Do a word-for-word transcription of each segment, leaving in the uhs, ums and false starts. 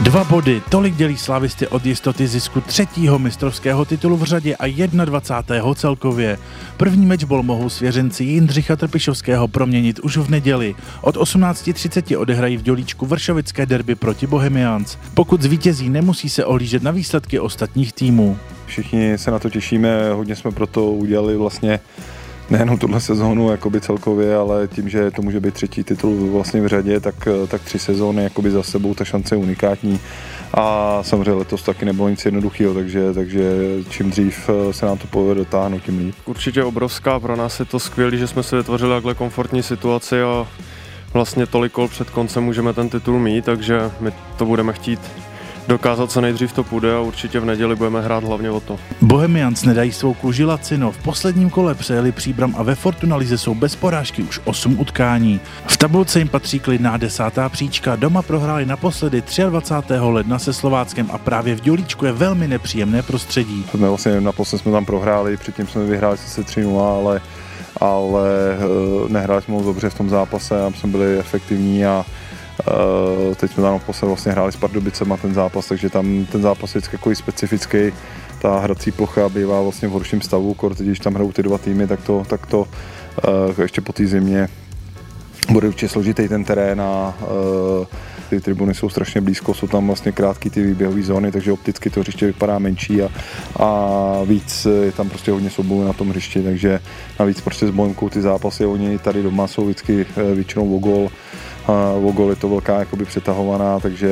Dva body, tolik dělí slávisty od jistoty zisku třetího mistrovského titulu v řadě a dvacátého prvního celkově. První mečbol mohou svěřenci Jindřicha Trpišovského proměnit už v neděli. Od osmnáct třicet odehrají v Dělíčku vršovické derby proti Bohemians. Pokud zvítězí, nemusí se ohlížet na výsledky ostatních týmů. Všichni se na to těšíme, hodně jsme pro to udělali vlastně nejenom tuhle sezónu jakoby celkově, ale tím, že to může být třetí titul vlastně v řadě, tak, tak tři sezóny jakoby za sebou, ta šance je unikátní. A samozřejmě letos taky nebylo nic jednoduchého, takže, takže čím dřív se nám to povede dotáhnout, tím líp. Určitě obrovská, pro nás je to skvělé, že jsme si vytvořili takhle komfortní situaci a vlastně tolik kol před koncem můžeme ten titul mít, takže my to budeme chtít dokázat, co nejdřív to půjde a určitě v neděli budeme hrát hlavně o to. Bohemians nedají svou kůži lacino. V posledním kole přejeli Příbram a ve Fortuna lize jsou bez porážky už osm utkání. V tabulce jim patří klidná desátá příčka. Doma prohráli naposledy dvacátého třetího ledna se Slováckem a právě v Dělíčku je velmi nepříjemné prostředí. Jsme vlastně naposledy jsme tam prohráli, předtím jsme vyhráli sice tři nula, ale, ale nehráli jsme moc dobře v tom zápase a jsme byli efektivní a Uh, teď jsme tam naposled vlastně hráli s Pardubicema ten zápas, takže tam ten zápas je vždycky takový specifický. Ta hrací plocha bývá vlastně v horším stavu, kor teď, když tam hrajou ty dva týmy, tak to, tak to uh, ještě po té zimě bude určitě složitý ten terén a uh, ty tribuny jsou strašně blízko, jsou tam vlastně krátké ty výběhové zóny, takže opticky to hřiště vypadá menší a, a víc je tam prostě hodně soubojů na tom hřišti, takže navíc prostě s Bohemkou ty zápasy, oni tady doma jsou vždycky většinou o gól. O gól je to velká jakoby přetahovaná, takže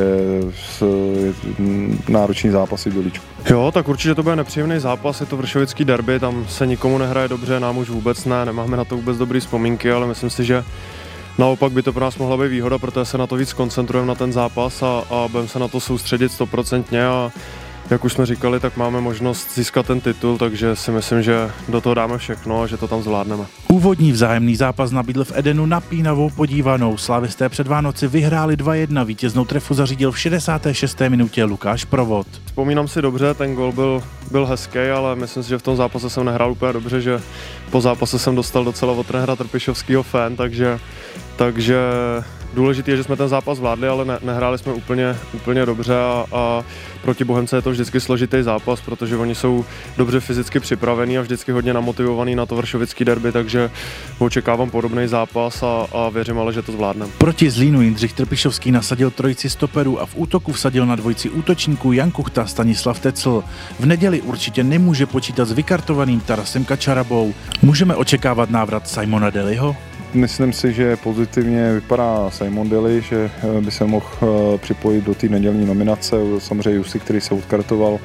náročný zápasy v Dělíčku. Jo, tak určitě to bude nepříjemný zápas, je to vršovický derby, tam se nikomu nehraje dobře, nám už vůbec ne, nemáme na to vůbec dobrý vzpomínky, ale myslím si, že naopak by to pro nás mohla být výhoda, protože se na to víc koncentrujeme na ten zápas a, a budeme se na to soustředit stoprocentně a jak už jsme říkali, tak máme možnost získat ten titul, takže si myslím, že do toho dáme všechno a že to tam zvládneme. Úvodní vzájemný zápas nabídl v Edenu napínavou podívanou. Slávisté před Vánoci vyhráli dva jedna, vítěznou trefu zařídil v šedesáté šesté minutě Lukáš Provod. Vzpomínám si dobře, ten gól byl, byl hezký, ale myslím si, že v tom zápase jsem nehrál úplně dobře, že po zápase jsem dostal docela od trenéra Trpišovského fén, takže, takže důležité je, že jsme ten zápas vládli, ale ne, nehráli jsme úplně, úplně dobře a, a proti Bohemce je to vždycky složitý zápas, protože oni jsou dobře fyzicky připravení a vždycky hodně namotivovaní na to vršovický derby, takže očekávám podobný zápas a, a věřím ale, že to zvládneme. Proti Zlínu Jindřich Trpišovský nasadil trojici stoperů a v útoku vsadil na dvojici útočníků Jan Kuchta, Stanislav Tecl. V neděli určitě nemůže počítat s vykartovaným Tarasem Kačarabou. Můžeme očekávat návrat Simona Deliho? Myslím si, že pozitivně vypadá Simon Daly, že by se mohl připojit do té nedělní nominace, samozřejmě Jussi, který se odkartoval,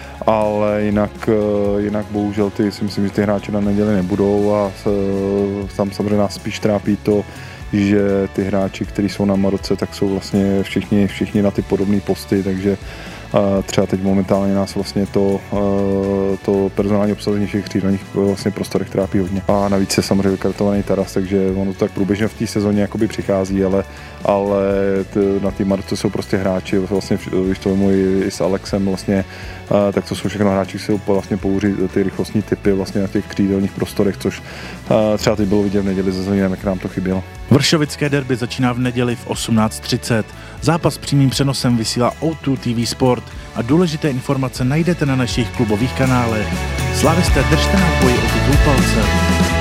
ale jinak, jinak bohužel ty, si myslím, že ty hráči na neděli nebudou a tam samozřejmě nás spíš trápí to, že ty hráči, kteří jsou na Maroce, tak jsou vlastně všichni, všichni na ty podobné posty, takže třeba teď momentálně nás vlastně to, to personální obsazení všech křídelních vlastně prostorech trápí hodně. A navíc je samozřejmě vykartovaný Taras, takže ono to tak průběžně v té sezóně jakoby přichází, ale, ale t, na té Marce jsou prostě hráči, vlastně, když to vemu i s Alexem vlastně, tak to jsou všechno hráči, kteří jsou vlastně použít ty rychlostní typy vlastně na těch křídelních prostorech, což třeba teď bylo vidět v neděli ze Zlínem, jak nám to chybělo. Vršovické derby začíná v neděli v osmnáct třicet. Zápas přímým přenosem vysílá O dva T V Sport a důležité informace najdete na našich klubových kanálech. Slávisté, držte nám boji o titul palce.